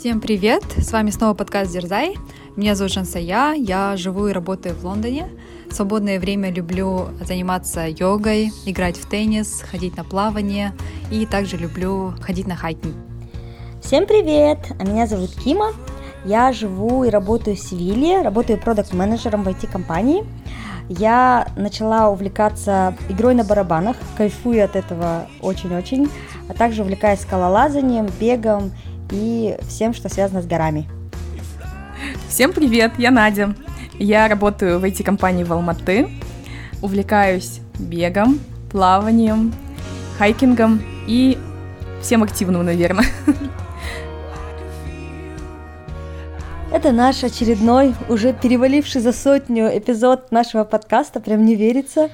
Всем привет! С вами снова подкаст Дерзай. Меня зовут Жансая, я живу и работаю в Лондоне. В свободное время люблю заниматься йогой, играть в теннис, ходить на плавание и также люблю ходить на хайкинг. Всем привет! Меня зовут Кима. Я живу и работаю в Севилье, работаю продакт-менеджером в IT-компании. Я начала увлекаться игрой на барабанах, кайфую от этого очень-очень, а также увлекаюсь скалолазанием, бегом и всем, что связано с горами. Всем привет, я Надя. Я работаю в IT-компании в Алматы, увлекаюсь бегом, плаванием, хайкингом и всем активным, наверное. Это наш очередной, уже переваливший за 100 эпизод нашего подкаста, прям не верится.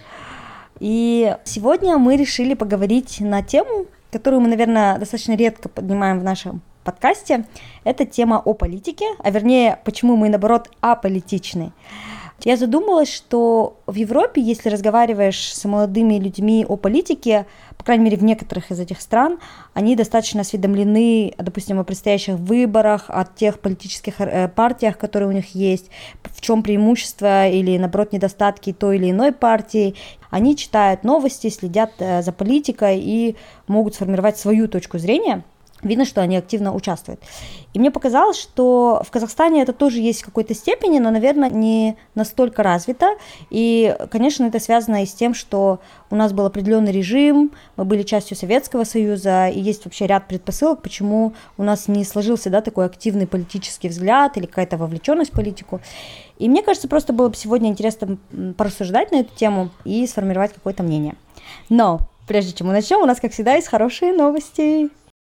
И сегодня мы решили поговорить на тему, которую мы, наверное, достаточно редко поднимаем в нашем подкасте. Это тема о политике, а вернее, почему мы, наоборот, аполитичны. Я задумалась, что в Европе, если разговариваешь с молодыми людьми о политике, по крайней мере, в некоторых из этих стран, они достаточно осведомлены, допустим, о предстоящих выборах, о тех политических партиях, которые у них есть, в чем преимущества или, наоборот, недостатки той или иной партии. Они читают новости, следят за политикой и могут сформировать свою точку зрения. Видно, что они активно участвуют. И мне показалось, что в Казахстане это тоже есть в какой-то степени, но, наверное, не настолько развито. И, конечно, это связано и с тем, что у нас был определенный режим, мы были частью Советского Союза, и есть вообще ряд предпосылок, почему у нас не сложился, такой активный политический взгляд или какая-то вовлеченность в политику. И мне кажется, просто было бы сегодня интересно порассуждать на эту тему и сформировать какое-то мнение. Но прежде чем мы начнем, у нас, как всегда, есть хорошие новости.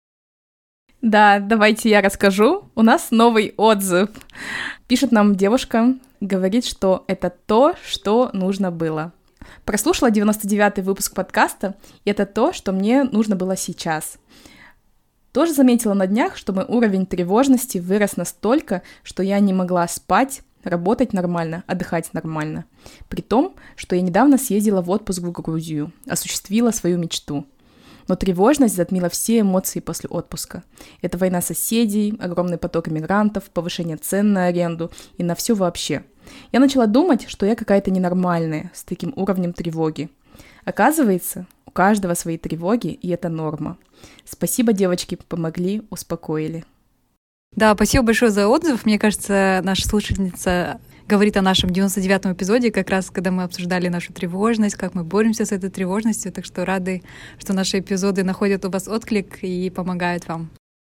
Да, давайте я расскажу. У нас новый отзыв. Пишет нам девушка, говорит, что это то, что нужно было. Прослушала 99-й выпуск подкаста, и это то, что мне нужно было сейчас. Тоже заметила на днях, что мой уровень тревожности вырос настолько, что я не могла спать, работать нормально, отдыхать нормально. При том, что я недавно съездила в отпуск в Грузию, осуществила свою мечту. Но тревожность затмила все эмоции после отпуска. Это война соседей, огромный поток иммигрантов, повышение цен на аренду и на все вообще. Я начала думать, что я какая-то ненормальная, с таким уровнем тревоги. Оказывается, у каждого свои тревоги, и это норма. Спасибо, девочки, помогли, успокоили. Да, спасибо большое за отзыв. Мне кажется, наша слушательница говорит о нашем 99-м эпизоде, как раз когда мы обсуждали нашу тревожность, как мы боремся с этой тревожностью. Так что рады, что наши эпизоды находят у вас отклик и помогают вам.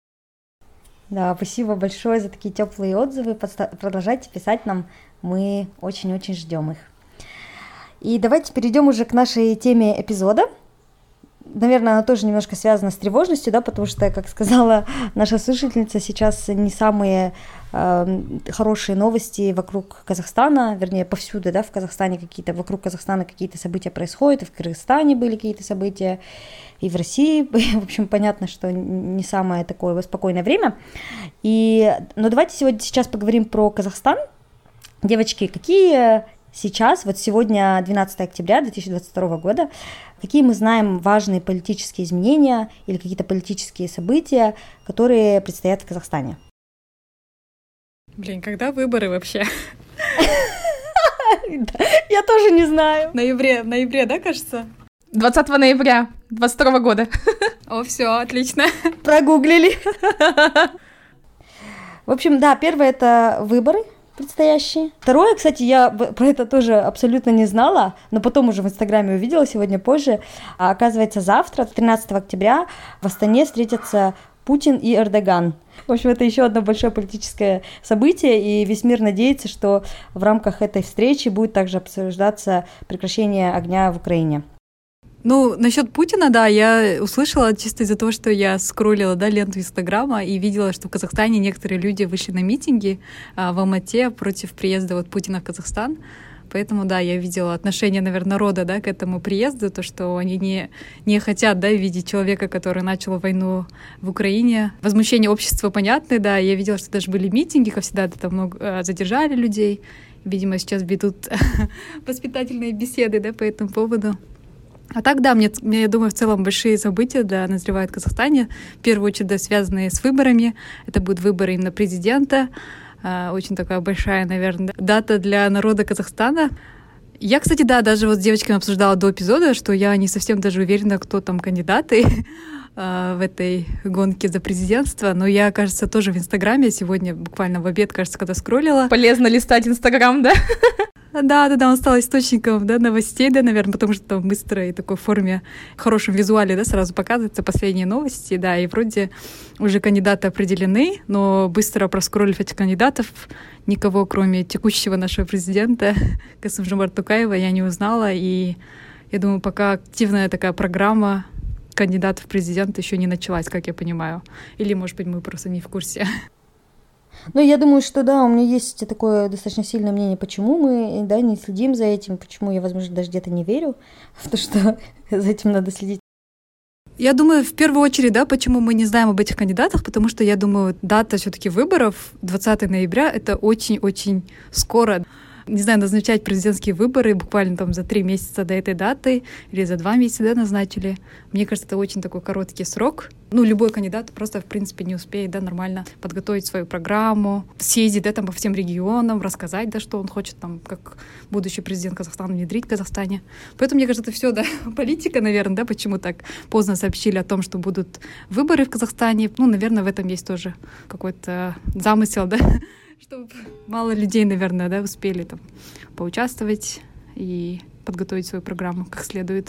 Да, спасибо большое за такие теплые отзывы. Продолжайте писать нам, мы очень-очень ждем их. И давайте перейдем уже к нашей теме эпизода. Наверное, она тоже немножко связана с тревожностью, потому что, как сказала наша слушательница, сейчас не самые хорошие новости вокруг Казахстана, вернее, повсюду, в Казахстане вокруг Казахстана какие-то события происходят, и в Кыргызстане были какие-то события, и в России, в общем, понятно, что не самое такое спокойное время. Но давайте сейчас поговорим про Казахстан. Девочки, какие сейчас, вот сегодня 12 октября 2022 года, какие мы знаем важные политические изменения или какие-то политические события, которые предстоят в Казахстане? Когда выборы вообще? Я тоже не знаю. В ноябре, да, кажется? 20 ноября 2022 года. О, все, отлично. Прогуглили. В общем, да, первое — это выборы предстоящие. Второе, кстати, я про это тоже абсолютно не знала, но потом уже в Инстаграме увидела сегодня позже. Оказывается, завтра, 13 октября, в Астане встретятся Путин и Эрдоган. В общем, это еще одно большое политическое событие, и весь мир надеется, что в рамках этой встречи будет также обсуждаться прекращение огня в Украине. Насчет Путина, да, я услышала чисто из-за того, что я скроллила, ленту Инстаграма и видела, что в Казахстане некоторые люди вышли на митинги в Алмате против приезда Путина в Казахстан. Поэтому, да, я видела отношение, наверное, народа, к этому приезду, то, что они не хотят, видеть человека, который начал войну в Украине. Возмущение общества понятное, да, я видела, что даже были митинги, как всегда, там много задержали людей. Видимо, сейчас ведут воспитательные беседы, по этому поводу. А так, да, я думаю, в целом большие события назревают в Казахстане. В первую очередь, да, связанные с выборами. Это будут выборы именно президента. Очень такая большая, наверное, дата для народа Казахстана. Я, кстати, да, даже вот с девочками обсуждала до эпизода, что я не совсем даже уверена, кто там кандидаты в этой гонке за президентство. Но я, кажется, тоже в Инстаграме сегодня, буквально в обед, кажется, когда скроллила. Полезно листать Инстаграм, да? Да, он стал источником, да, новостей, да, наверное, потому что там быстро и такой форме, в хорошем визуале, да, сразу показываются последние новости, да, и вроде уже кандидаты определены, но быстро проскроллив этих кандидатов, никого, кроме текущего нашего президента Касым-Жомарта Токаева, я не узнала, и я думаю, пока активная такая программа кандидатов в президенты еще не началась, как я понимаю. Или, может быть, мы просто не в курсе. Ну, я думаю, что да, у меня есть такое достаточно сильное мнение, почему мы, да, не следим за этим, почему я, возможно, даже где-то не верю в то, что за этим надо следить. Я думаю, в первую очередь, да, почему мы не знаем об этих кандидатах, потому что, я думаю, дата все-таки выборов 20 ноября — это очень-очень скоро. Не знаю, назначать президентские выборы буквально там за 3 месяца до этой даты или за 2 месяца, да, назначили. Мне кажется, это очень такой короткий срок. Ну, любой кандидат просто, в принципе, не успеет, да, нормально подготовить свою программу, съездить, да, там по всем регионам, рассказать, да, что он хочет там, как будущий президент Казахстана, внедрить в Казахстане. Поэтому, мне кажется, это все, да, политика, наверное, да, почему так поздно сообщили о том, что будут выборы в Казахстане. Ну, наверное, в этом есть тоже какой-то замысел, да, чтобы мало людей, наверное, да, успели там поучаствовать и подготовить свою программу как следует.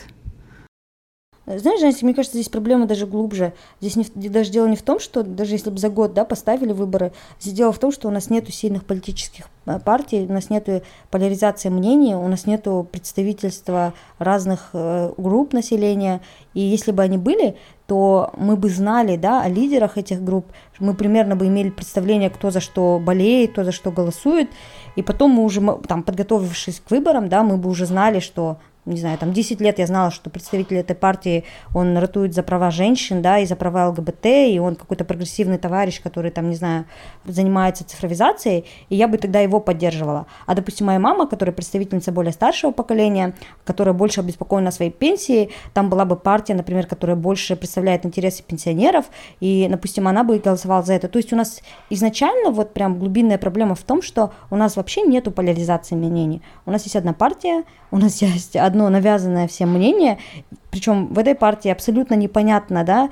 Знаешь, Жанси, мне кажется, здесь проблема даже глубже. Здесь даже дело не в том, что даже если бы за год, да, поставили выборы, здесь дело в том, что у нас нету сильных политических партий, у нас нету поляризации мнений, у нас нету представительства разных групп населения. И если бы они были, то мы бы знали, да, о лидерах этих групп, мы примерно бы имели представление, кто за что болеет, кто за что голосует, и потом мы уже, там, подготовившись к выборам, да, мы бы уже знали, что, не знаю, там 10 лет я знала, что представитель этой партии, он ратует за права женщин, да, и за права ЛГБТ, и он какой-то прогрессивный товарищ, который там, не знаю, занимается цифровизацией, и я бы тогда его поддерживала. А, допустим, моя мама, которая представительница более старшего поколения, которая больше обеспокоена своей пенсией, там была бы партия, например, которая больше представляет интересы пенсионеров, и, допустим, она бы голосовала за это. То есть у нас изначально вот прям глубинная проблема в том, что у нас вообще нету поляризации мнений. У нас есть одна партия, у нас есть одно навязанное всем мнение, причем в этой партии абсолютно непонятно, да,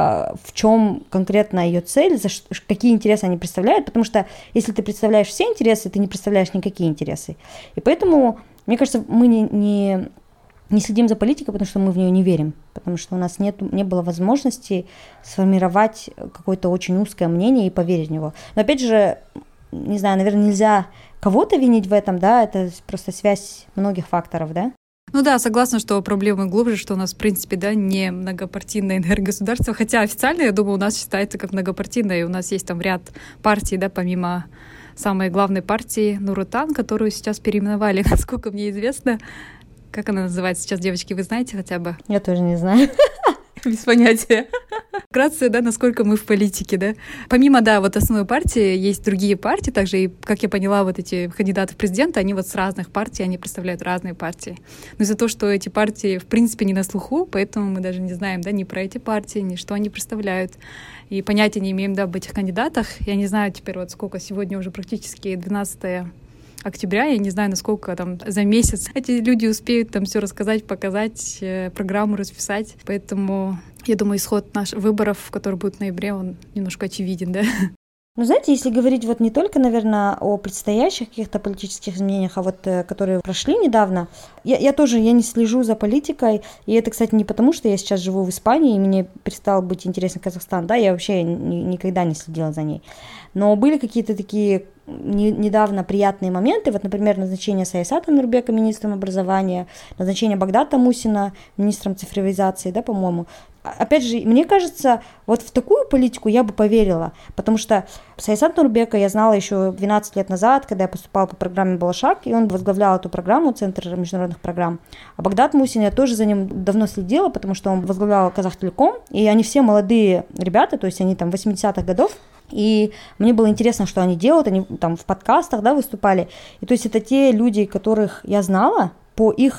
в чем конкретно ее цель, какие интересы они представляют, потому что если ты представляешь все интересы, ты не представляешь никакие интересы. И поэтому, мне кажется, мы не следим за политикой, потому что мы в нее не верим, потому что у нас не было возможности сформировать какое-то очень узкое мнение и поверить в него. Но опять же, не знаю, наверное, нельзя кого-то винить в этом, да, это просто связь многих факторов, да. Ну да, согласна, что проблема глубже, что у нас, в принципе, да, не многопартийное государство, хотя официально, я думаю, у нас считается как многопартийное, и у нас есть там ряд партий, да, помимо самой главной партии Нур-Отан, которую сейчас переименовали, насколько мне известно. Как она называется сейчас, девочки, вы знаете хотя бы? Я тоже не знаю. Без понятия. Вкратце, да, насколько мы в политике, да. Помимо, да, вот основной партии, есть другие партии, также, и, как я поняла, вот эти кандидаты в президенты, они вот с разных партий, они представляют разные партии. Но из-за того, что эти партии, в принципе, не на слуху, поэтому мы даже не знаем, да, ни про эти партии, ни что они представляют. И понятия не имеем, да, об этих кандидатах. Я не знаю теперь вот сколько, сегодня уже практически 12 октября, я не знаю, насколько там за месяц эти люди успеют там все рассказать, показать, программу расписать. Поэтому, я думаю, исход наших выборов, которые будут в ноябре, он немножко очевиден, да. Ну, знаете, если говорить вот не только, наверное, о предстоящих каких-то политических изменениях, а вот которые прошли недавно, я тоже не слежу за политикой, и это, кстати, не потому, что я сейчас живу в Испании, и мне перестал быть интересен Казахстан, да, я вообще никогда не следила за ней. Но были какие-то такие недавно приятные моменты, вот, например, назначение Саясата Нурбека министром образования, назначение Багдата Мусина министром цифровизации, да, по-моему. Опять же, мне кажется, вот в такую политику я бы поверила, потому что Саясат Нурбека я знала еще 12 лет назад, когда я поступала по программе «Балашак», и он возглавлял эту программу, Центр международных программ. А Багдат Мусин, я тоже за ним давно следила, потому что он возглавлял Казахтелеком, и они все молодые ребята, то есть они там 80-х годов, и мне было интересно, что они делают, они там в подкастах, да, выступали, и то есть это те люди, которых я знала по их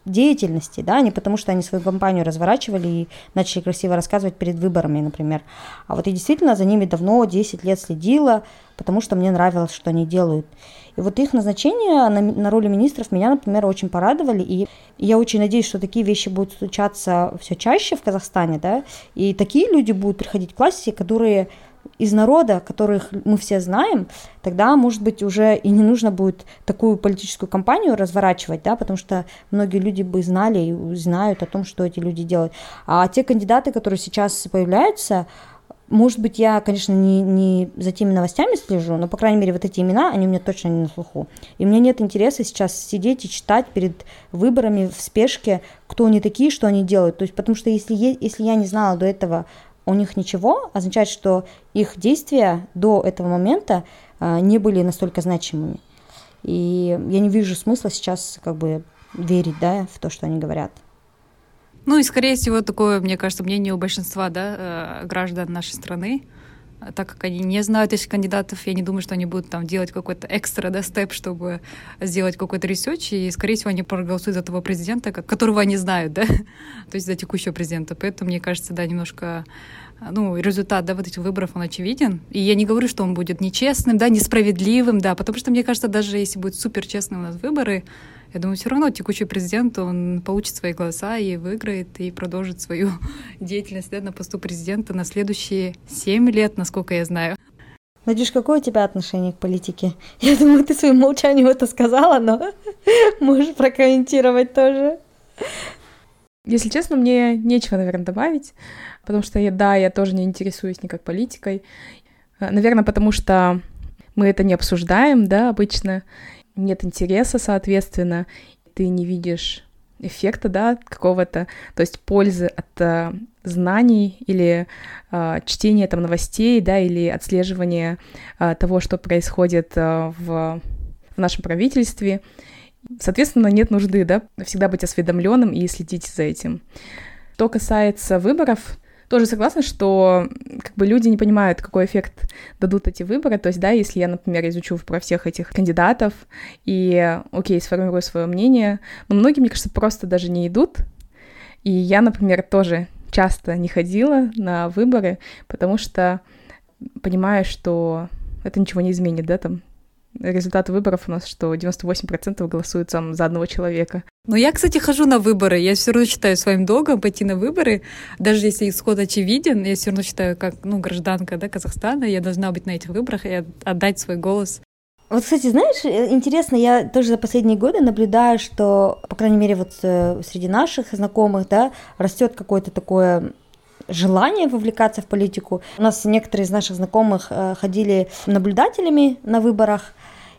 деятельности, да, не потому что они свою кампанию разворачивали и начали красиво рассказывать перед выборами, например. А вот я действительно за ними давно, 10 лет следила, потому что мне нравилось, что они делают. И вот их назначение на роли министров меня, например, очень порадовали, и я очень надеюсь, что такие вещи будут случаться все чаще в Казахстане, да, и такие люди будут приходить к власти, которые из народа, которых мы все знаем, тогда, может быть, уже и не нужно будет такую политическую кампанию разворачивать, да, потому что многие люди бы знали и знают о том, что эти люди делают. А те кандидаты, которые сейчас появляются, может быть, я, конечно, не за теми новостями слежу, но, по крайней мере, вот эти имена, они у меня точно не на слуху. И у меня нет интереса сейчас сидеть и читать перед выборами в спешке, кто они такие, что они делают. То есть, потому что если я не знала до этого у них ничего, означает, что их действия до этого момента не были настолько значимыми. И я не вижу смысла сейчас как бы верить, да, в то, что они говорят. Ну и, скорее всего, такое, мне кажется, мнение у большинства, да, граждан нашей страны. Так как они не знают этих кандидатов, я не думаю, что они будут там делать какой-то экстра, да, степ, чтобы сделать какой-то ресерч, и, скорее всего, они проголосуют за того президента, которого они знают, да, то есть за текущего президента. Поэтому, мне кажется, да, немножко, ну, результат, да, вот этих выборов, он очевиден. И я не говорю, что он будет нечестным, да, несправедливым, да, потому что, мне кажется, даже если будут суперчестные у нас выборы, я думаю, все равно текущий президент, он получит свои голоса и выиграет, и продолжит свою деятельность, да, на посту президента на следующие 7 лет, насколько я знаю. Надюш, какое у тебя отношение к политике? Я думаю, ты своим молчанием это сказала, но можешь прокомментировать тоже. Если честно, мне нечего, наверное, добавить, потому что я тоже не интересуюсь никак политикой. Наверное, потому что мы это не обсуждаем, да, обычно. Нет интереса, соответственно, ты не видишь эффекта, да, какого-то, то есть пользы от знаний или чтения там новостей, да, или отслеживания того, что происходит в нашем правительстве. Соответственно, нет нужды, да, всегда быть осведомленным и следить за этим. Что касается выборов, тоже согласна, что как бы люди не понимают, какой эффект дадут эти выборы. То есть, да, если я, например, изучу про всех этих кандидатов и, сформирую свое мнение, но многие, мне кажется, просто даже не идут. И я, например, тоже часто не ходила на выборы, потому что понимаю, что это ничего не изменит, да, там. Результаты выборов у нас, что 98% голосуют там за одного человека. Ну, я, кстати, хожу на выборы. Я все равно считаю своим долгом пойти на выборы. Даже если исход очевиден, я все равно считаю, как, гражданка, да, Казахстана, я должна быть на этих выборах и отдать свой голос. Вот, кстати, знаешь, интересно, я тоже за последние годы наблюдаю, что, по крайней мере, вот среди наших знакомых, да, растет какое-то такое желание вовлекаться в политику. У нас некоторые из наших знакомых ходили наблюдателями на выборах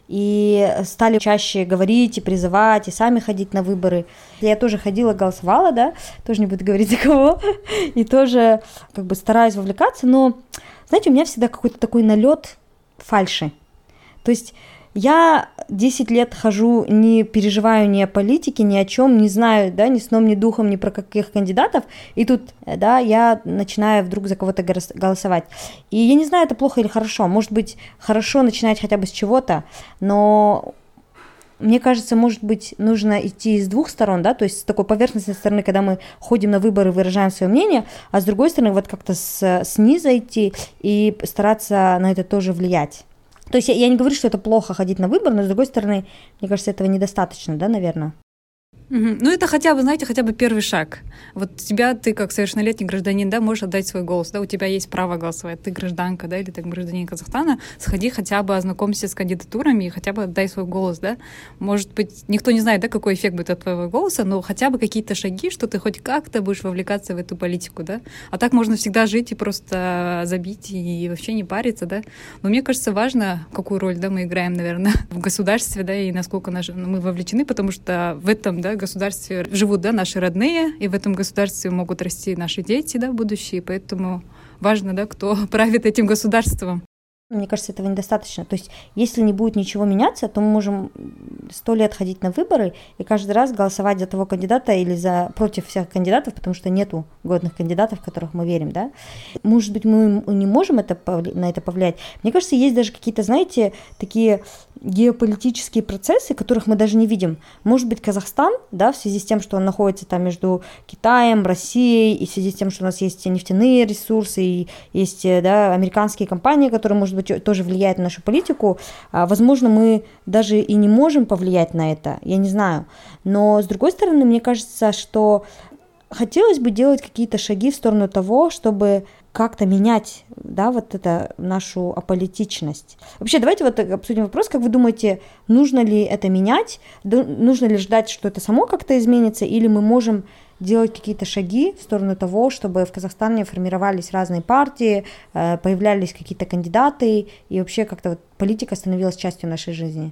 и стали чаще говорить и призывать, и сами ходить на выборы. Я тоже ходила, голосовала, да, тоже не буду говорить за кого, и тоже как бы стараюсь вовлекаться, но, знаете, у меня всегда какой-то такой налет фальши. То есть я 10 лет хожу, не переживаю ни о политике, ни о чем, не знаю, да, ни сном, ни духом, ни про каких кандидатов, и тут, да, я начинаю вдруг за кого-то голосовать. И я не знаю, это плохо или хорошо, может быть, хорошо начинать хотя бы с чего-то, но мне кажется, может быть, нужно идти с двух сторон, да, то есть с такой поверхностной стороны, когда мы ходим на выборы, выражаем свое мнение, а с другой стороны, вот как-то снизу идти и стараться на это тоже влиять. То есть я не говорю, что это плохо ходить на выборы, но, с другой стороны, мне кажется, этого недостаточно, да, наверное? Ну, это хотя бы, знаете, хотя бы первый шаг. Вот ты как совершеннолетний гражданин, да, можешь отдать свой голос, да, у тебя есть право голосовать, ты гражданка, да, или ты гражданин Казахстана, сходи хотя бы ознакомься с кандидатурами и хотя бы отдай свой голос, да. Может быть, никто не знает, да, какой эффект будет от твоего голоса, но хотя бы какие-то шаги, что ты хоть как-то будешь вовлекаться в эту политику, да. А так можно всегда жить и просто забить и вообще не париться, да. Но мне кажется, важно, какую роль, да, мы играем, наверное, в государстве, да, и насколько мы вовлечены, потому что в этом, да, государстве живут, да, наши родные, и в этом государстве могут расти наши дети, да, будущие, поэтому важно, да, кто правит этим государством. Мне кажется, этого недостаточно. То есть, если не будет ничего меняться, то мы можем 100 лет ходить на выборы и каждый раз голосовать за того кандидата или против всех кандидатов, потому что нету годных кандидатов, в которых мы верим, да. Может быть, мы не можем на это повлиять. Мне кажется, есть даже какие-то, знаете, такие геополитические процессы, которых мы даже не видим. Может быть, Казахстан, да, в связи с тем, что он находится там между Китаем, Россией, и в связи с тем, что у нас есть нефтяные ресурсы, и есть, да, американские компании, которые, может быть, тоже влияют на нашу политику, возможно, мы даже и не можем повлиять на это, я не знаю. Но, с другой стороны, мне кажется, что хотелось бы делать какие-то шаги в сторону того, чтобы как-то менять, да, вот это нашу аполитичность. Вообще, давайте вот обсудим вопрос, как вы думаете, нужно ли это менять, нужно ли ждать, что это само как-то изменится, или мы можем делать какие-то шаги в сторону того, чтобы в Казахстане формировались разные партии, появлялись какие-то кандидаты, и вообще как-то вот политика становилась частью нашей жизни?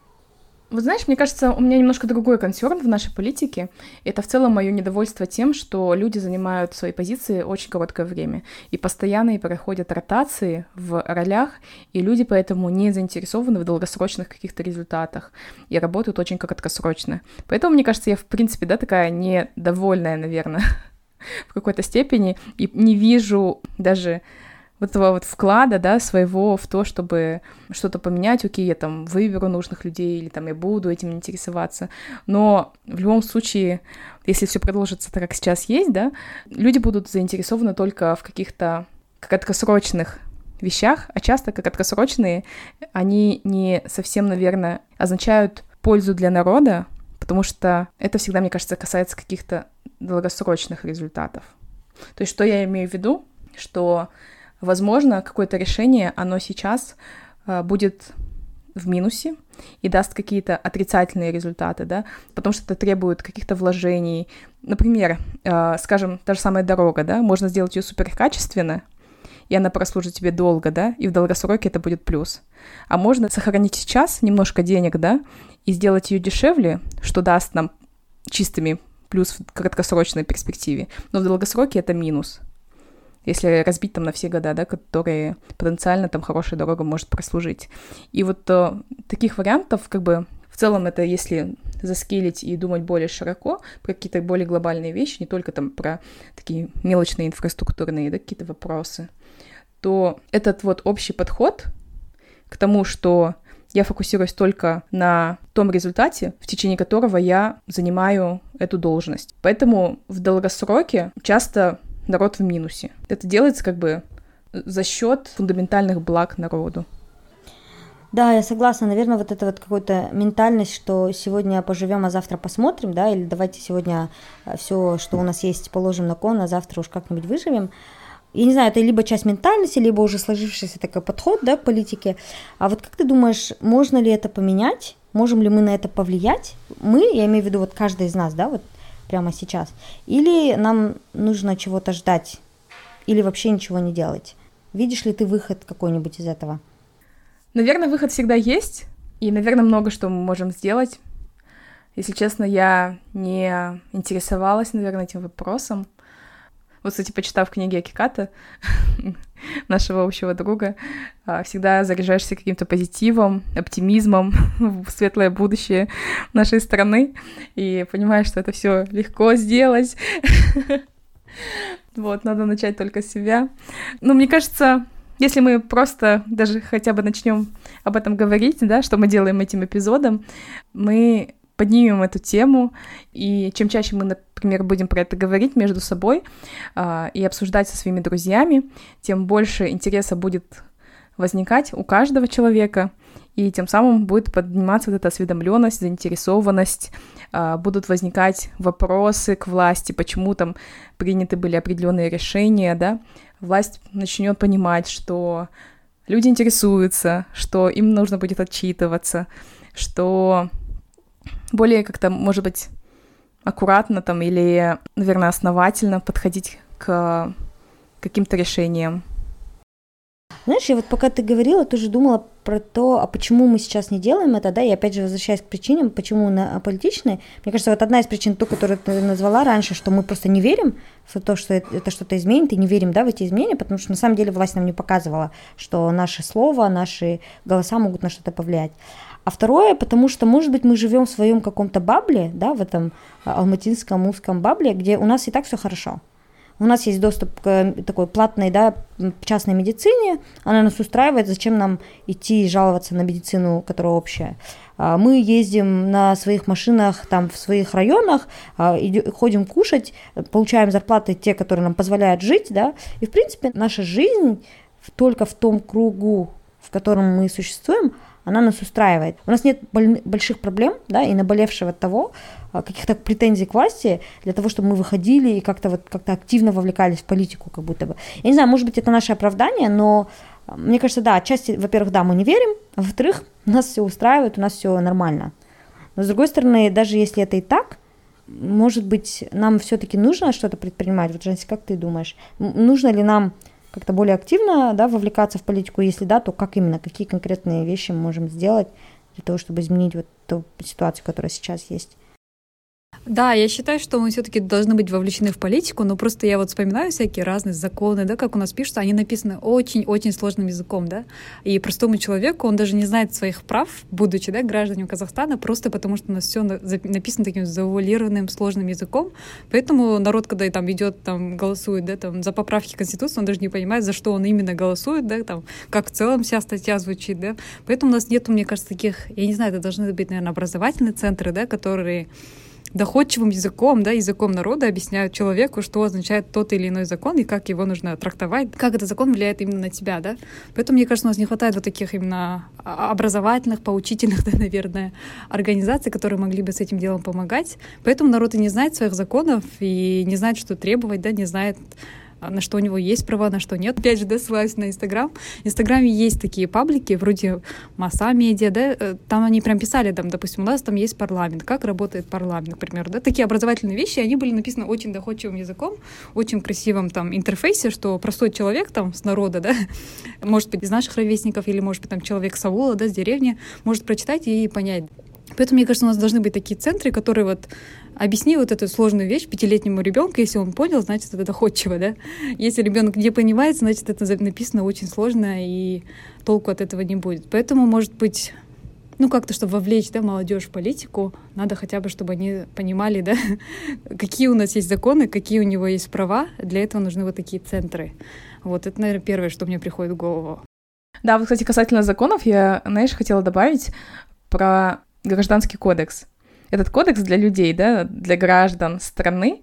Вот знаешь, мне кажется, у меня немножко другой консерн в нашей политике. Это в целом мое недовольство тем, что люди занимают свои позиции очень короткое время. И постоянно проходят ротации в ролях, и люди поэтому не заинтересованы в долгосрочных каких-то результатах и работают очень краткосрочно. Поэтому, мне кажется, я, в принципе, да, такая недовольная, наверное, в какой-то степени, и не вижу даже вот этого вот вклада, да, своего в то, чтобы что-то поменять, окей, я там выберу нужных людей, или там я буду этим интересоваться, но в любом случае, если все продолжится так, как сейчас есть, да, люди будут заинтересованы только в каких-то краткосрочных вещах, а часто краткосрочные, они не совсем, наверное, означают пользу для народа, потому что это всегда, мне кажется, касается каких-то долгосрочных результатов. То есть что я имею в виду? Что возможно, какое-то решение, оно сейчас будет в минусе и даст какие-то отрицательные результаты, да, потому что это требует каких-то вложений. Например, скажем, та же самая дорога, да, можно сделать ее суперкачественно, и она прослужит тебе долго, да, и в долгосроке это будет плюс. А можно сохранить сейчас немножко денег, да, и сделать ее дешевле, что даст нам чистыми плюс в краткосрочной перспективе, но в долгосроке это минус. Если разбить там на все года, да, которые потенциально там хорошая дорога может прослужить. И вот таких вариантов, как бы, в целом это если заскейлить и думать более широко про какие-то более глобальные вещи, не только там про такие мелочные инфраструктурные, да, какие-то вопросы, то этот вот общий подход к тому, что я фокусируюсь только на том результате, в течение которого я занимаю эту должность. Поэтому в долгосроке часто народ в минусе. Это делается как бы за счет фундаментальных благ народу. Да, я согласна. Наверное, вот эта вот какая-то ментальность, что сегодня поживем, а завтра посмотрим, да, или давайте сегодня все, что у нас есть, положим на кон, а завтра уж как-нибудь выживем. Я не знаю, это либо часть ментальности, либо уже сложившийся такой подход, да, к политике. А вот как ты думаешь, можно ли это поменять? Можем ли мы на это повлиять? Мы, я имею в виду вот каждый из нас, да, вот прямо сейчас. Или нам нужно чего-то ждать, или вообще ничего не делать. Видишь ли ты выход какой-нибудь из этого? Наверное, выход всегда есть, и, наверное, много что мы можем сделать. Если честно, я не интересовалась, наверное, этим вопросом. Вот, кстати, почитав книги Акиката, нашего общего друга, всегда заряжаешься каким-то позитивом, оптимизмом в светлое будущее нашей страны и понимаешь, что это все легко сделать. Вот, надо начать только с себя. Ну, мне кажется, если мы просто даже хотя бы начнем об этом говорить, да, что мы делаем этим эпизодом, мы поднимем эту тему, и чем чаще мы, например, будем про это говорить между собой и обсуждать со своими друзьями, тем больше интереса будет возникать у каждого человека, и тем самым будет подниматься вот эта осведомленность, заинтересованность, будут возникать вопросы к власти, почему там приняты были определенные решения, да, власть начнет понимать, что люди интересуются, что им нужно будет отчитываться, что более как-то, может быть, аккуратно там или, наверное, основательно подходить к каким-то решениям. Знаешь, я вот пока ты говорила, тоже думала про то, а почему мы сейчас не делаем это, да, и опять же возвращаясь к причинам, почему мы аполитичны. Мне кажется, вот одна из причин, ту, которую ты назвала раньше, что мы просто не верим в то, что это что-то изменит, и не верим, да, в эти изменения, потому что на самом деле власть нам не показывала, что наше слово, наши голоса могут на что-то повлиять. А второе, потому что, может быть, мы живем в своем каком-то бабле, да, в этом алматинском узком бабле, где у нас и так все хорошо. у нас есть доступ к такой платной, да, частной медицине, она нас устраивает, зачем нам идти и жаловаться на медицину, которая общая. Мы ездим на своих машинах там в своих районах, ходим кушать, получаем зарплаты те, которые нам позволяют жить, да, и в принципе наша жизнь только в том кругу, в котором мы существуем, она нас устраивает. У нас нет больших проблем, да, и наболевшего того, каких-то претензий к власти для того, чтобы мы выходили и как-то активно вовлекались в политику, как будто бы. Я не знаю, может быть, это наше оправдание, но мне кажется, да, отчасти, во-первых, да, мы не верим, а во-вторых, нас все устраивает, у нас все нормально. Но с другой стороны, даже если это и так, может быть, нам все-таки нужно что-то предпринимать. Вот, Женя, как ты думаешь, нужно ли нам как-то более активно, да, вовлекаться в политику? Если да, то как именно, какие конкретные вещи мы можем сделать для того, чтобы изменить вот ту ситуацию, которая сейчас есть? Да, я считаю, что мы все-таки должны быть вовлечены в политику, но просто я вот вспоминаю всякие разные законы, да, как у нас пишутся, они написаны очень-очень сложным языком, да, и простому человеку, он даже не знает своих прав, будучи, да, гражданином Казахстана, просто потому что у нас все написано таким завуалированным, сложным языком, поэтому народ, когда там идет, там, голосует, да, там, за поправки к Конституции, он даже не понимает, за что он именно голосует, да, там, как в целом вся статья звучит, да, поэтому у нас нету, мне кажется, таких, я не знаю, это должны быть, наверное, образовательные центры, да, которые доходчивым языком, да, языком народа объясняют человеку, что означает тот или иной закон и как его нужно трактовать, как этот закон влияет именно на тебя, да. Поэтому, мне кажется, у нас не хватает вот таких именно образовательных, поучительных, да, наверное, организаций, которые могли бы с этим делом помогать. Поэтому народ и не знает своих законов, и не знает, что требовать, да, не знает, на что у него есть права, на что нет. Опять же, да, ссылаюсь на Инстаграм. В Инстаграме есть такие паблики, вроде Масса Медиа, да, там они прям писали, там, допустим, у нас там есть парламент, как работает парламент, к примеру, да, такие образовательные вещи, они были написаны очень доходчивым языком, очень красивом там интерфейсе, что простой человек там с народа, да, может быть, из наших ровесников, или, может быть, там человек с аула, да, с деревни, может прочитать и понять. Поэтому, мне кажется, у нас должны быть такие центры, которые вот объясни вот эту сложную вещь пятилетнему ребенку, если он понял, значит, это доходчиво, да? Если ребенок не понимает, значит, это написано очень сложно, и толку от этого не будет. Поэтому, может быть, ну, как-то, чтобы вовлечь, да, молодежь в политику, надо хотя бы, чтобы они понимали, да, какие у нас есть законы, какие у него есть права. Для этого нужны вот такие центры. Вот, это, наверное, первое, что мне приходит в голову. Да, вот, кстати, касательно законов, я, знаешь, хотела добавить про Гражданский кодекс. Этот кодекс для людей, да, для граждан страны,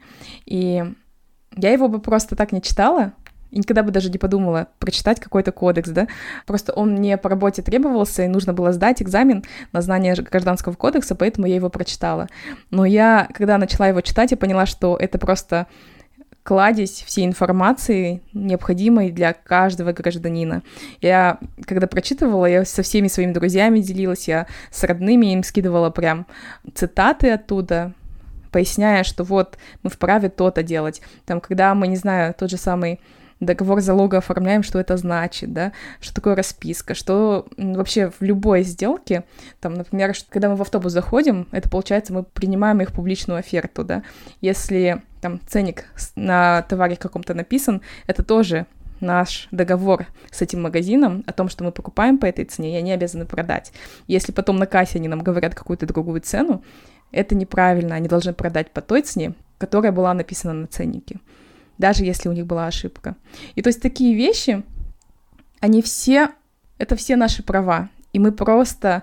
и я его бы просто так не читала, и никогда бы даже не подумала прочитать какой-то кодекс, да, просто он мне по работе требовался, и нужно было сдать экзамен на знание Гражданского кодекса, поэтому я его прочитала. Но я, когда начала его читать, я поняла, что это просто кладезь всей информации, необходимой для каждого гражданина. Я, когда прочитывала, я со всеми своими друзьями делилась, я с родными им скидывала прям цитаты оттуда, поясняя, что вот мы вправе то-то делать. Там, когда мы, не знаю, тот же самый договор залога оформляем, что это значит, да, что такое расписка, что вообще в любой сделке, там, например, когда мы в автобус заходим, это получается, мы принимаем их публичную оферту, да, если там ценник на товаре каком-то написан, это тоже наш договор с этим магазином о том, что мы покупаем по этой цене, и они обязаны продать. Если потом на кассе они нам говорят какую-то другую цену, это неправильно, они должны продать по той цене, которая была написана на ценнике, даже если у них была ошибка. И то есть такие вещи, они все, это все наши права, и мы просто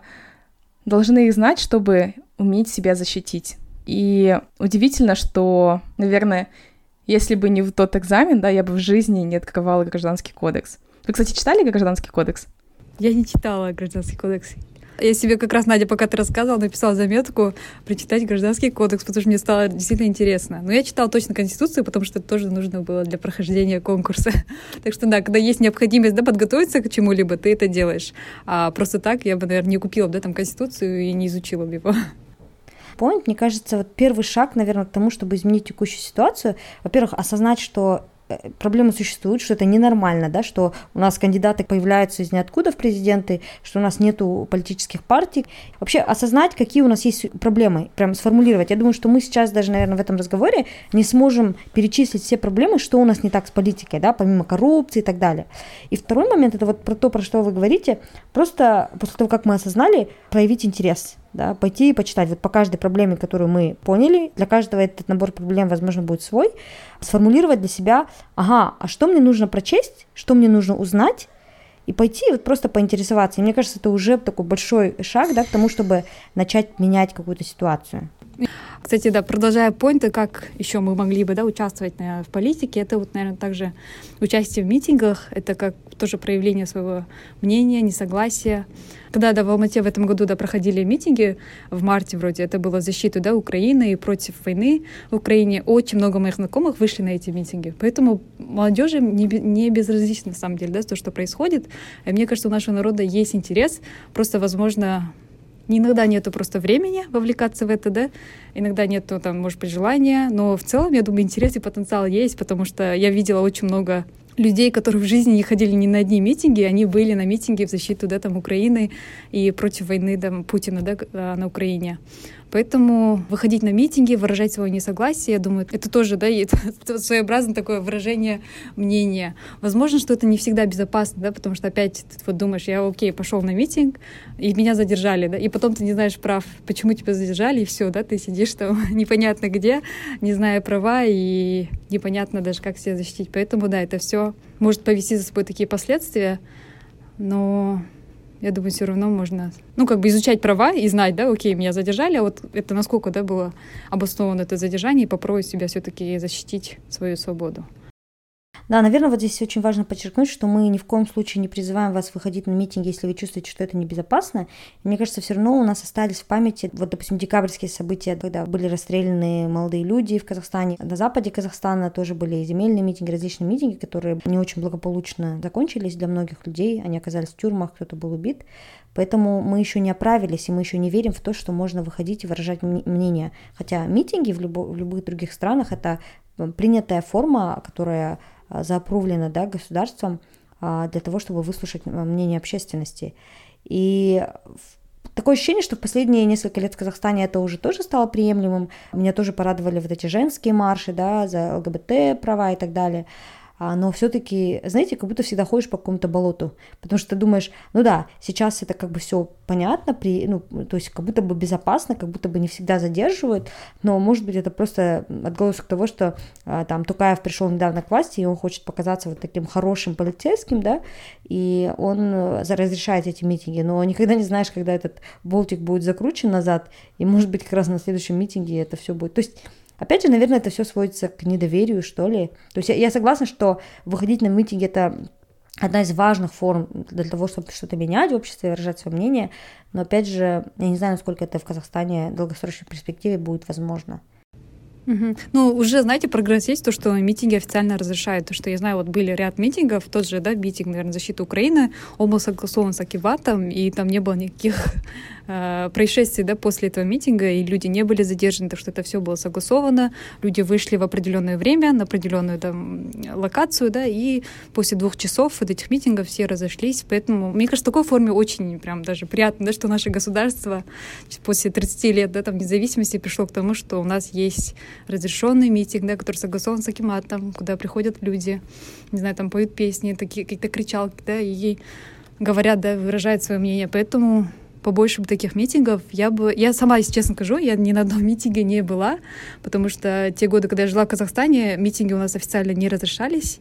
должны их знать, чтобы уметь себя защитить. И удивительно, что, наверное, если бы не тот экзамен, да, я бы в жизни не открывала Гражданский кодекс. Вы, кстати, читали Гражданский кодекс? Я не читала Гражданский кодекс. Я себе как раз, Надя, пока ты рассказывала, написала заметку прочитать Гражданский кодекс, потому что мне стало действительно интересно. Но я читала точно Конституцию, потому что это тоже нужно было для прохождения конкурса. Так что, да, когда есть необходимость, да, подготовиться к чему-либо, ты это делаешь. А просто так я бы, наверное, не купила бы, да, там Конституцию и не изучила бы его. Point, мне кажется, вот первый шаг, наверное, к тому, чтобы изменить текущую ситуацию, во-первых, осознать, что проблемы существуют, что это ненормально, да, что у нас кандидаты появляются из ниоткуда в президенты, что у нас нету политических партий. Вообще осознать, какие у нас есть проблемы, прям сформулировать. Я думаю, что мы сейчас даже, наверное, в этом разговоре не сможем перечислить все проблемы, что у нас не так с политикой, да, помимо коррупции и так далее. И второй момент, это вот про то, про что вы говорите, просто после того, как мы осознали, проявить интерес. да, пойти и почитать. Вот по каждой проблеме, которую мы поняли, для каждого этот набор проблем, возможно, будет свой, сформулировать для себя, ага, а что мне нужно прочесть, что мне нужно узнать, и пойти вот просто поинтересоваться. И мне кажется, это уже такой большой шаг, да, к тому, чтобы начать менять какую-то ситуацию. Кстати, да, продолжая поинты, как еще мы могли бы, да, участвовать в политике, это вот, наверное, также участие в митингах, это как тоже проявление своего мнения, несогласия. Когда, да, в Алмате в этом году, да, проходили митинги, в марте вроде, это было в защиту, да, Украины и против войны в Украине, очень много моих знакомых вышли на эти митинги. Поэтому молодежи не безразлично, на самом деле, да, то, что происходит. И мне кажется, у нашего народа есть интерес, просто, возможно, иногда нету просто времени вовлекаться в это, да, иногда нету, там, может быть, желания, но в целом, я думаю, интерес и потенциал есть, потому что я видела очень много людей, которые в жизни не ходили ни на одни митинги, они были на митинге в защиту, да, там, Украины и против войны, да, Путина, да, на Украине. Поэтому выходить на митинги, выражать свое несогласие, я думаю, это тоже, да, это своеобразное такое выражение мнения. Возможно, что это не всегда безопасно, да, потому что опять ты вот думаешь, я окей, пошел на митинг, и меня задержали, да, и потом ты не знаешь прав, почему тебя задержали, и все, да, ты сидишь там непонятно где, не зная права, и непонятно даже, как себя защитить. Поэтому, да, это все может повести за собой такие последствия, но я думаю, все равно можно, ну, как бы изучать права и знать, да, окей, меня задержали, а вот это насколько, да, было обосновано это задержание, и попробовать себя все-таки защитить свою свободу. Да, наверное, вот здесь очень важно подчеркнуть, что мы ни в коем случае не призываем вас выходить на митинги, если вы чувствуете, что это небезопасно. И мне кажется, все равно у нас остались в памяти, вот, допустим, декабрьские события, когда были расстреляны молодые люди в Казахстане. На западе Казахстана тоже были земельные митинги, различные митинги, которые не очень благополучно закончились для многих людей. Они оказались в тюрьмах, кто-то был убит. Поэтому мы еще не оправились, и мы еще не верим в то, что можно выходить и выражать мнение. Хотя митинги в любых других странах — это принятая форма, которая заапрувлена, да, государством для того, чтобы выслушать мнение общественности. И такое ощущение, что в последние несколько лет в Казахстане это уже тоже стало приемлемым. Меня тоже порадовали вот эти женские марши, да, за ЛГБТ права и так далее. Но все-таки, знаете, как будто всегда ходишь по какому-то болоту, потому что ты думаешь, ну да, сейчас это как бы все понятно, то есть как будто бы безопасно, как будто бы не всегда задерживают, но, может быть, это просто отголосок того, что там Токаев пришел недавно к власти, и он хочет показаться вот таким хорошим полицейским, да, и он разрешает эти митинги, но никогда не знаешь, когда этот болтик будет закручен назад, и, может быть, как раз на следующем митинге это все будет. То есть опять же, наверное, это все сводится к недоверию, что ли. То есть я согласна, что выходить на митинги — это одна из важных форм для того, чтобы что-то менять в обществе, выражать свое мнение. Но опять же, я не знаю, насколько это в Казахстане в долгосрочной перспективе будет возможно. Угу. Ну, уже, знаете, прогресс есть, то, что митинги официально разрешают. То, что я знаю, вот были ряд митингов, тот же, да, митинг, наверное, защиты Украины, он был согласован с Акиватом, и там не было никаких происшествий, да, после этого митинга, и люди не были задержаны, так что это все было согласовано, люди вышли в определенное время, на определенную там локацию, да, и после 2 часов от этих митингов все разошлись, поэтому, мне кажется, в такой форме очень прям даже приятно, да, что наше государство после 30 лет, да, там, независимости пришло к тому, что у нас есть разрешенный митинг, да, который согласован с Акиматом, куда приходят люди, не знаю, там поют песни, такие какие-то кричалки, да, и говорят, да, выражают свое мнение, поэтому побольше бы таких митингов. Я сама, если честно скажу, я ни на одном митинге не была, потому что те годы, когда я жила в Казахстане, митинги у нас официально не разрешались,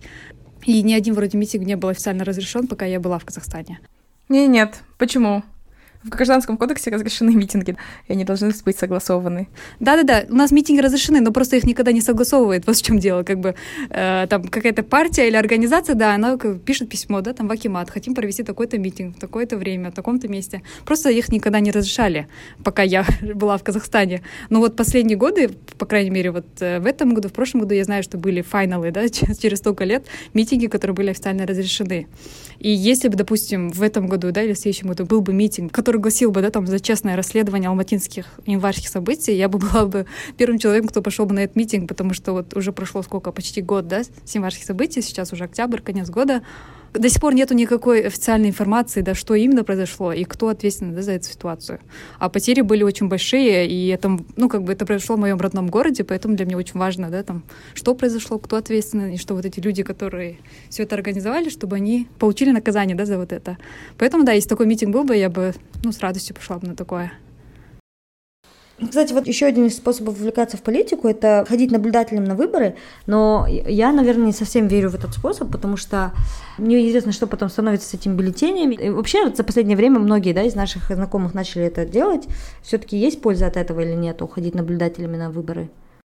и ни один вроде митинг не был официально разрешен, пока я была в Казахстане. Нет. Почему? В Гражданском кодексе разрешены митинги, и они должны быть согласованы. Да-да-да, у нас митинги разрешены, но просто их никогда не согласовывают. Вот в чем дело, как бы там какая-то партия или организация, да, она пишет письмо, да, там в Акимат, хотим провести такой-то митинг в такое-то время, в таком-то месте. Просто их никогда не разрешали, пока я была в Казахстане. Но вот последние годы, по крайней мере, вот в этом году, в прошлом году я знаю, что были файналы, да, через столько лет, митинги, которые были официально разрешены. И если бы, допустим, в этом году, да, или в следующем году был бы митинг, который гласил бы, да, там, за честное расследование алматинских январских событий, я бы была бы первым человеком, кто пошел бы на этот митинг, потому что вот уже прошло сколько, почти год, да, с январских событий, сейчас уже октябрь, конец года. До сих пор нету никакой официальной информации, да, что именно произошло и кто ответственен, да, за эту ситуацию. А потери были очень большие, и это, ну, как бы это произошло в моем родном городе, поэтому для меня очень важно, да, там, что произошло, кто ответственен, и что вот эти люди, которые все это организовали, чтобы они получили наказание, да, за вот это. Поэтому, да, если такой митинг был бы, я бы, ну, с радостью пошла бы на такое. Кстати, вот еще один из способов вовлекаться в политику – это ходить наблюдателем на выборы, но я, наверное, не совсем верю в этот способ, потому что мне известно, что потом становится с этими бюллетенями. И вообще, вот за последнее время многие, да, из наших знакомых начали это делать. Все-таки есть польза от этого или нет, уходить наблюдателями на выборы?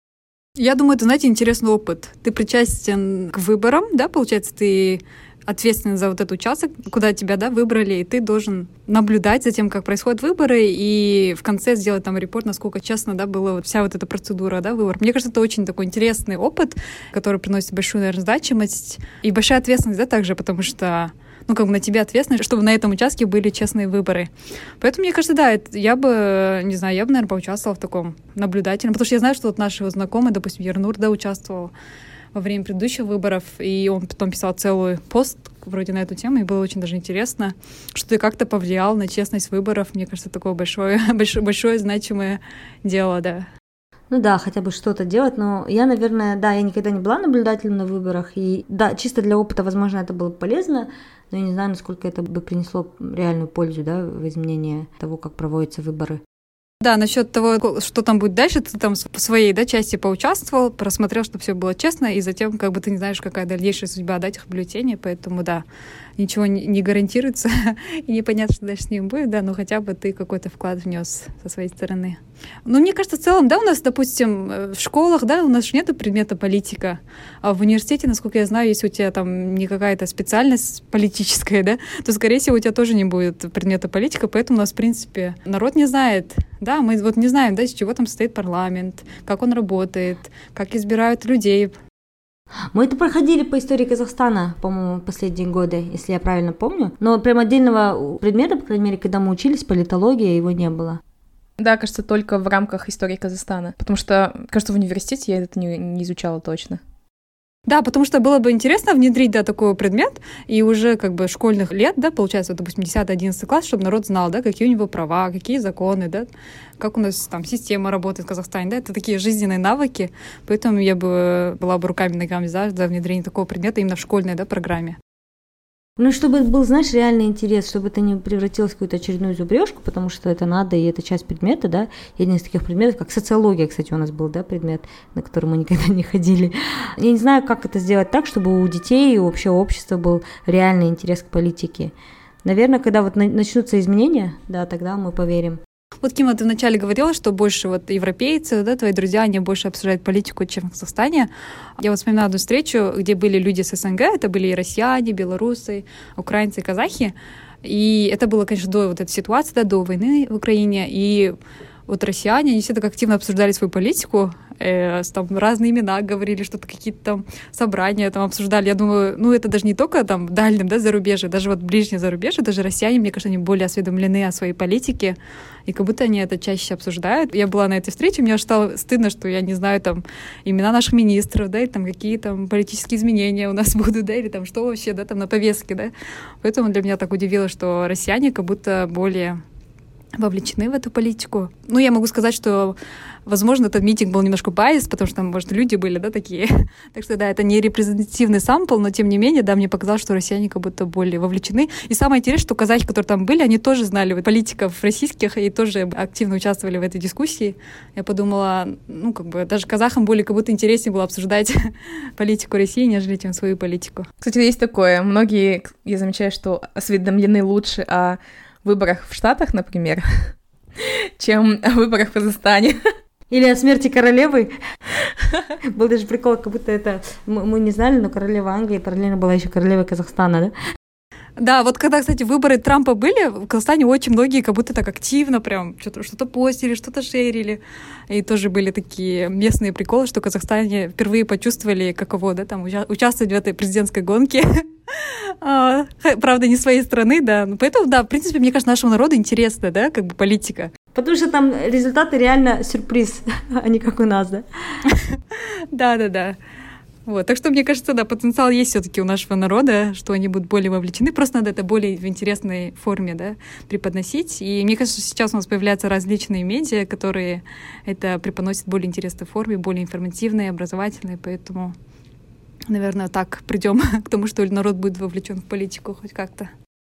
Я думаю, это, знаете, интересный опыт. Ты причастен к выборам, да, получается, ты ответственен за вот этот участок, куда тебя, да, выбрали, и ты должен наблюдать за тем, как происходят выборы, и в конце сделать там репорт, насколько честно, да, была вот вся вот эта процедура, да, выбор. Мне кажется, это очень такой интересный опыт, который приносит большую, наверное, значимость и большая ответственность, да, также, потому что на тебя ответственность, чтобы на этом участке были честные выборы. Поэтому, мне кажется, да, я бы, не знаю, наверное, поучаствовала в таком наблюдательном, потому что я знаю, что вот наши знакомые, допустим, Ернур, да, участвовал во время предыдущих выборов, и он потом писал целый пост вроде на эту тему, и было очень даже интересно, что ты как-то повлиял на честность выборов. Мне кажется, такое большое значимое дело, да. Ну да, хотя бы что-то делать, но я, наверное, да, я никогда не была наблюдателем на выборах, и да, чисто для опыта, возможно, это было бы полезно, но я не знаю, насколько это бы принесло реальную пользу, да, в изменении того, как проводятся выборы. Да, насчет того, что там будет дальше, ты там по своей, да, части поучаствовал, просмотрел, чтобы все было честно, и затем как бы ты не знаешь, какая дальнейшая судьба, да, этих бюллетеней, поэтому, да, ничего не гарантируется, и непонятно, что дальше с ним будет, да, но хотя бы ты какой-то вклад внес со своей стороны. Ну, мне кажется, в целом, да, у нас, допустим, в школах, да, у нас же нету предмета политика, а в университете, насколько я знаю, если у тебя там не какая-то специальность политическая, да, то, скорее всего, у тебя тоже не будет предмета политика, поэтому у нас, в принципе, народ не знает, да, мы вот не знаем, да, из чего там состоит парламент, как он работает, как избирают людей. Мы это проходили по истории Казахстана, по-моему, последние годы, если я правильно помню. Но прям отдельного предмета, по крайней мере, когда мы учились, политология, его не было. Да, кажется, только в рамках истории Казахстана. Потому что, кажется, в университете я это не изучала точно. Да, потому что было бы интересно внедрить, да, такой предмет, и уже как бы школьных лет, да, получается, вот, допустим, 10-11 класс, чтобы народ знал, да, какие у него права, какие законы, да, как у нас там система работает в Казахстане, да, это такие жизненные навыки, поэтому я бы была бы руками и ногами за внедрение такого предмета именно в школьной, да, программе. Ну, чтобы был, знаешь, реальный интерес, чтобы это не превратилось в какую-то очередную зубрежку, потому что это надо, и это часть предмета, да. И один из таких предметов, как социология, кстати, у нас был, да, предмет, на который мы никогда не ходили. Я не знаю, как это сделать так, чтобы у детей и вообще у общества был реальный интерес к политике. Наверное, когда вот начнутся изменения, да, тогда мы поверим. Вот, Кима, ты вначале говорила, что больше вот европейцы, да, твои друзья, они больше обсуждают политику, чем в Казахстане. Я вот вспоминала одну встречу, где были люди с СНГ, это были и россияне, белорусы, украинцы, казахи. И это было, конечно, до вот этой ситуации, да, до войны в Украине. И вот россияне, они все так активно обсуждали свою политику, там разные имена говорили, что-то какие-то там собрания там обсуждали. Я думаю, ну это даже не только там в дальнем, да, зарубежье, даже вот ближнее зарубежье, даже россияне, мне кажется, они более осведомлены о своей политике, и как будто они это чаще обсуждают. Я была на этой встрече, мне аж стало стыдно, что я не знаю там имена наших министров, да, или там какие там политические изменения у нас будут, да, или там что вообще, да, там на повестке, да. Поэтому для меня так удивило, что россияне как будто более вовлечены в эту политику. Ну, я могу сказать, что, возможно, этот митинг был немножко байс, потому что там, может, люди были, да, такие. Так что, да, это не репрезентативный сампл, но, тем не менее, да, мне показалось, что россияне как будто более вовлечены. И самое интересное, что казахи, которые там были, они тоже знали политиков российских и тоже активно участвовали в этой дискуссии. Я подумала, ну, как бы, даже казахам более как будто интереснее было обсуждать политику России, нежели чем свою политику. Кстати, есть такое. Многие, я замечаю, что осведомлены лучше о выборах в Штатах, например, чем о выборах в Казахстане. Или о смерти королевы. Был даже прикол, как будто это мы не знали, но королева Англии параллельно была еще королевой Казахстана, да? Да, вот когда, кстати, выборы Трампа были, в Казахстане очень многие как будто так активно прям что-то постили, что-то шерили. И тоже были такие местные приколы, что в Казахстане впервые почувствовали, каково, да, там участвовать в этой президентской гонке. Правда, не своей страны, да. Поэтому, да, в принципе, мне кажется, нашему народу интересно, да, как бы политика. Потому что там результаты реально сюрприз, а не как у нас, да? Да. Вот. Так что, мне кажется, да, потенциал есть все-таки у нашего народа, что они будут более вовлечены. Просто надо это более в интересной форме, да, преподносить. И мне кажется, сейчас у нас появляются различные медиа, которые это преподносят в более интересной форме, более информативной, образовательной. Поэтому, наверное, так придем к тому, что народ будет вовлечен в политику хоть как-то.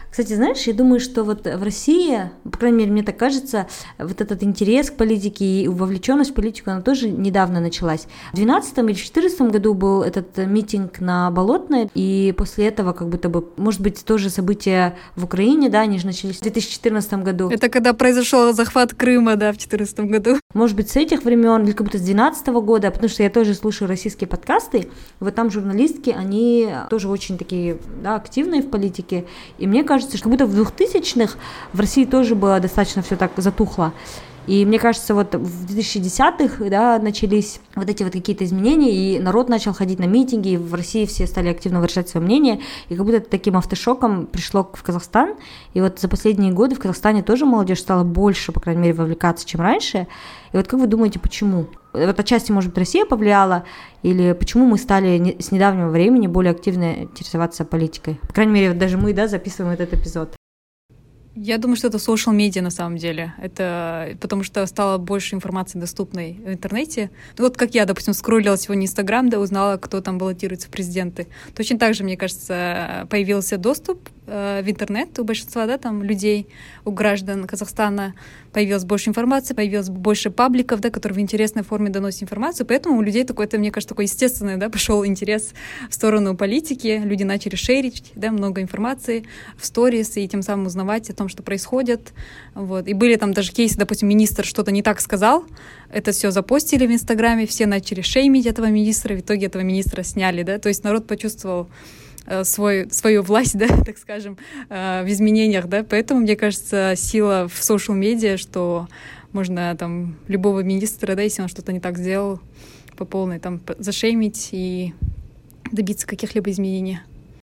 Кстати, знаешь, я думаю, что вот в России, по крайней мере, мне так кажется, вот этот интерес к политике и вовлеченность в политику, она тоже недавно началась. В 2012 или 2014 году был этот митинг на Болотной, и после этого как будто бы, может быть, тоже события в Украине, да, они же начались в 2014 году. Это когда произошел захват Крыма, да, в 2014 году. Может быть, с этих времен, или как будто с 2012 года, потому что я тоже слушаю российские подкасты, вот там журналистки, они тоже очень такие, да, активные в политике, и мне кажется, что как будто в 2000-х в России тоже было достаточно все так затухло. И мне кажется, вот в 2010-х, да, начались вот эти вот какие-то изменения, и народ начал ходить на митинги, и в России все стали активно выражать свое мнение, и как будто таким автошоком пришло в Казахстан. И вот за последние годы в Казахстане тоже молодежь стала больше, по крайней мере, вовлекаться, чем раньше. И вот как вы думаете, почему? Вот отчасти, может быть, Россия повлияла, или почему мы стали с недавнего времени более активно интересоваться политикой? По крайней мере, вот даже мы, да, записываем этот эпизод. Я думаю, что это social media на самом деле. Это потому что стало больше информации доступной в интернете. Вот как я, допустим, скроллила сегодня Инстаграм, да, узнала, кто там баллотируется в президенты. Точно так же, мне кажется, появился доступ в интернет у большинства, да, там людей, у граждан Казахстана появилось больше информации, появилось больше пабликов, да, которые в интересной форме доносят информацию, поэтому у людей такой, это, мне кажется, такой естественный, да, пошел интерес в сторону политики, люди начали шерить, да, много информации в сторис и тем самым узнавать о том, что происходит, вот, и были там даже кейсы, допустим, министр что-то не так сказал, это все запостили в Инстаграме, все начали шеймить этого министра, в итоге этого министра сняли, да, то есть народ почувствовал свою власть, да, так скажем, в изменениях, да, поэтому, мне кажется, сила в social-медиа, что можно там любого министра, да, если он что-то не так сделал, по полной там зашеймить и добиться каких-либо изменений.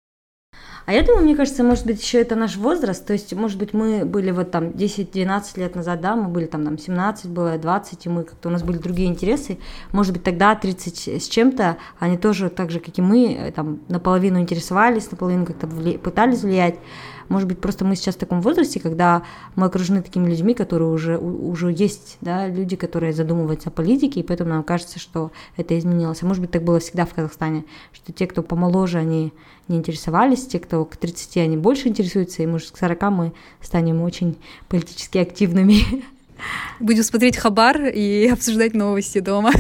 А я думаю, мне кажется, может быть, еще это наш возраст, то есть, может быть, мы были вот там 10-12 лет назад, да, мы были там 17, было 20, и мы как-то, у нас были другие интересы, может быть, тогда 30 с чем-то, они тоже так же, как и мы, там, наполовину интересовались, наполовину как-то пытались влиять. Может быть, просто мы сейчас в таком возрасте, когда мы окружены такими людьми, которые уже есть, да, люди, которые задумываются о политике, и поэтому нам кажется, что это изменилось. А может быть, так было всегда в Казахстане, что те, кто помоложе, они не интересовались, те, кто к 30, они больше интересуются, и, может, к 40 мы станем очень политически активными. Будем смотреть Хабар и обсуждать новости дома.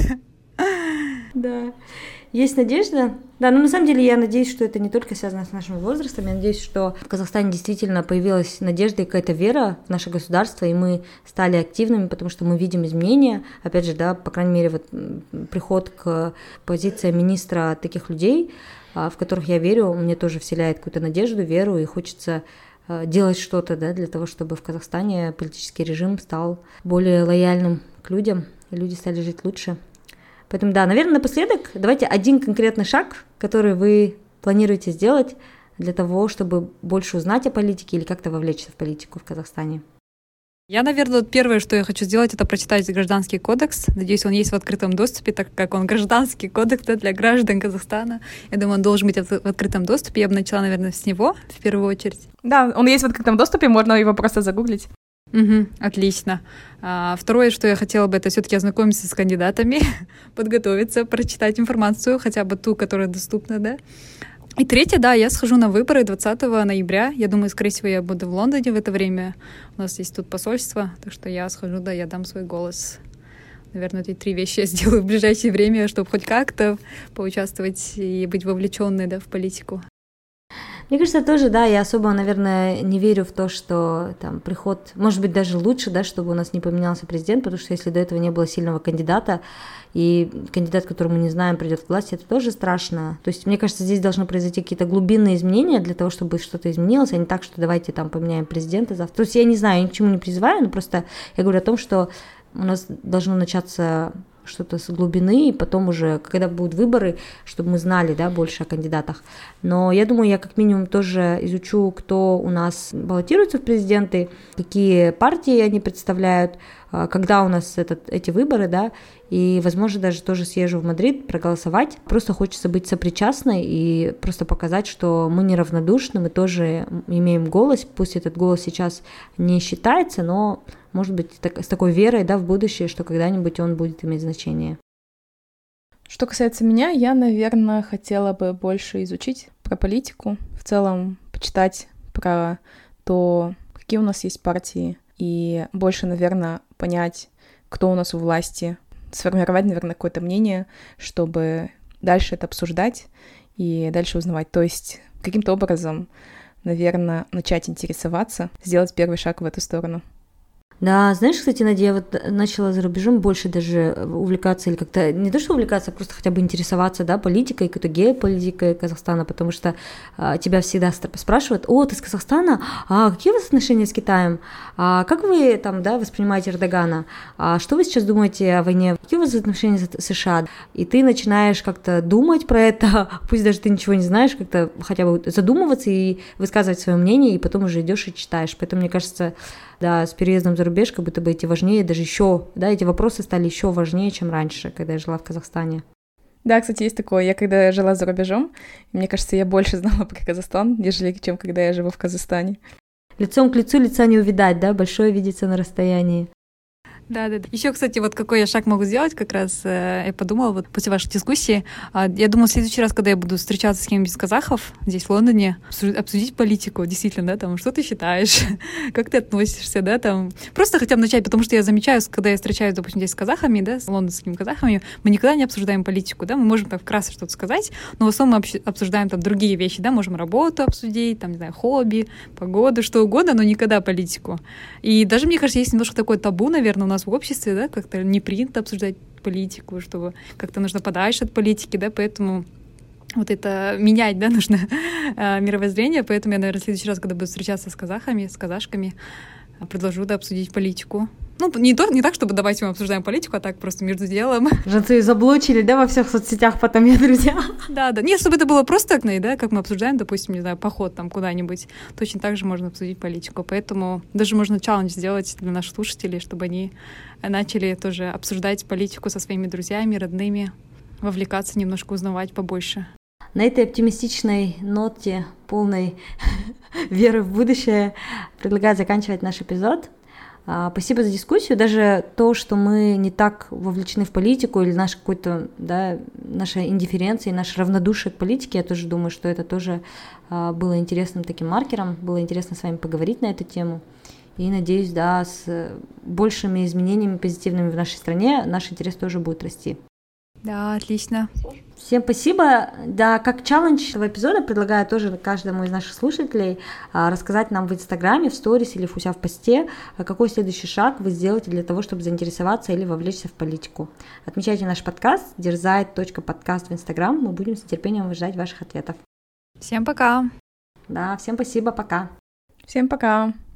Да. Есть надежда. Да, но на самом деле я надеюсь, что это не только связано с нашим возрастом. Я надеюсь, что в Казахстане действительно появилась надежда и какая-то вера в наше государство, и мы стали активными, потому что мы видим изменения. Опять же, да, по крайней мере, вот приход к позиции министра таких людей, в которых я верю, мне тоже вселяет какую-то надежду, веру, и хочется делать что-то, да, для того, чтобы в Казахстане политический режим стал более лояльным к людям, и люди стали жить лучше. Поэтому, да, наверное, напоследок давайте один конкретный шаг, который вы планируете сделать для того, чтобы больше узнать о политике или как-то вовлечься в политику в Казахстане. Я, наверное, первое, что я хочу сделать, это прочитать Гражданский кодекс. Надеюсь, он есть в открытом доступе, так как он Гражданский кодекс, да, для граждан Казахстана. Я думаю, он должен быть в открытом доступе. Я бы начала, наверное, с него в первую очередь. Да, он есть в открытом доступе, можно его просто загуглить. Угу, отлично. Второе, что я хотела бы, это все-таки ознакомиться с кандидатами, подготовиться, прочитать информацию, хотя бы ту, которая доступна, да. И третье, да, я схожу на выборы 20 ноября. Я думаю, скорее всего, я буду в Лондоне в это время. У нас есть тут посольство, так что я схожу, да, я дам свой голос. Наверное, эти 3 вещи я сделаю в ближайшее время, чтобы хоть как-то поучаствовать и быть вовлеченной, да, в политику. Мне кажется, тоже, да, я особо, наверное, не верю в то, что там приход, может быть, даже лучше, да, чтобы у нас не поменялся президент, потому что если до этого не было сильного кандидата, и кандидат, которого мы не знаем, придет к власти, это тоже страшно. То есть, мне кажется, здесь должны произойти какие-то глубинные изменения для того, чтобы что-то изменилось, а не так, что давайте там поменяем президента завтра. То есть, я не знаю, я ни к чему не призываю, но просто я говорю о том, что у нас должно начаться что-то с глубины, и потом уже, когда будут выборы, чтобы мы знали, да, больше о кандидатах. Но я думаю, я как минимум тоже изучу, кто у нас баллотируется в президенты, какие партии они представляют, когда у нас эти выборы, да, и, возможно, даже тоже съезжу в Мадрид проголосовать. Просто хочется быть сопричастной и просто показать, что мы неравнодушны, мы тоже имеем голос, пусть этот голос сейчас не считается, но, может быть, с такой верой, да, в будущее, что когда-нибудь он будет иметь значение. Что касается меня, я, наверное, хотела бы больше изучить про политику, в целом почитать про то какие у нас есть партии, и больше, наверное, понять, кто у нас у власти, сформировать, наверное, какое-то мнение, чтобы дальше это обсуждать и дальше узнавать. То есть каким-то образом, наверное, начать интересоваться, сделать первый шаг в эту сторону. Да, знаешь, кстати, Надя, я вот начала за рубежом больше даже увлекаться или как-то, не то что увлекаться, а просто хотя бы интересоваться, да, политикой, какой-то геополитикой Казахстана, потому что тебя всегда спрашивают: о, ты из Казахстана, а какие у вас отношения с Китаем, а как вы там, да, воспринимаете Эрдогана, а что вы сейчас думаете о войне, какие у вас отношения с США, и ты начинаешь как-то думать про это, пусть даже ты ничего не знаешь, как-то хотя бы задумываться и высказывать свое мнение, и потом уже идешь и читаешь, поэтому, мне кажется, да, с переездом за рубеж как будто бы эти важнее, даже еще, да, эти вопросы стали еще важнее, чем раньше, когда я жила в Казахстане. Да, кстати, есть такое. Я когда жила за рубежом, мне кажется, я больше знала про Казахстан, нежели чем когда я живу в Казахстане. Лицом к лицу лица не увидать, да, большое видится на расстоянии. Да. Еще, кстати, вот какой я шаг могу сделать, как раз я подумала вот после вашей дискуссии. Я думаю, в следующий раз, когда я буду встречаться с кем-нибудь из казахов здесь, в Лондоне, обсудить политику, действительно, да, там, что ты считаешь, как ты относишься, да, там. Просто хотя бы начать, потому что я замечаю, когда я встречаюсь, допустим, здесь с казахами, да, с лондонскими казахами, мы никогда не обсуждаем политику, да, мы можем там вкратце что-то сказать, но в основном мы обсуждаем там другие вещи, да, можем работу обсудить, там, не знаю, хобби, погоду, что угодно, но никогда политику. И даже, мне кажется, есть немножко такое табу, наверное, у нас в обществе, да, как-то не принято обсуждать политику, чтобы как-то нужно подальше от политики, да, поэтому вот это менять, да, нужно мировоззрение, поэтому я, наверное, в следующий раз, когда буду встречаться с казахами, с казашками, предложу, да, обсудить политику. Ну, не так, чтобы давайте мы обсуждаем политику, а так просто между делом. Женцы заблочили, да, во всех соцсетях потом, я, друзья. Да. Нет, чтобы это было просто, да, как мы обсуждаем, допустим, не знаю, поход там куда-нибудь, точно так же можно обсудить политику. Поэтому даже можно челлендж сделать для наших слушателей, чтобы они начали тоже обсуждать политику со своими друзьями, родными, вовлекаться, немножко узнавать побольше. На этой оптимистичной ноте, полной веры в будущее, предлагаю заканчивать наш эпизод. Спасибо за дискуссию. Даже то, что мы не так вовлечены в политику, или наша какой-то, да, наша индифференция, наше равнодушие к политике, я тоже думаю, что это тоже было интересным таким маркером. Было интересно с вами поговорить на эту тему. И надеюсь, да, с большими изменениями позитивными в нашей стране наш интерес тоже будет расти. Да, отлично. Всем спасибо. Да, как челлендж этого эпизода предлагаю тоже каждому из наших слушателей рассказать нам в Инстаграме, в сторис или у себя в посте, какой следующий шаг вы сделаете для того, чтобы заинтересоваться или вовлечься в политику. Отмечайте наш подкаст дерзает.подкаст в Инстаграм. Мы будем с нетерпением ждать ваших ответов. Всем пока. Да, всем спасибо, пока. Всем пока.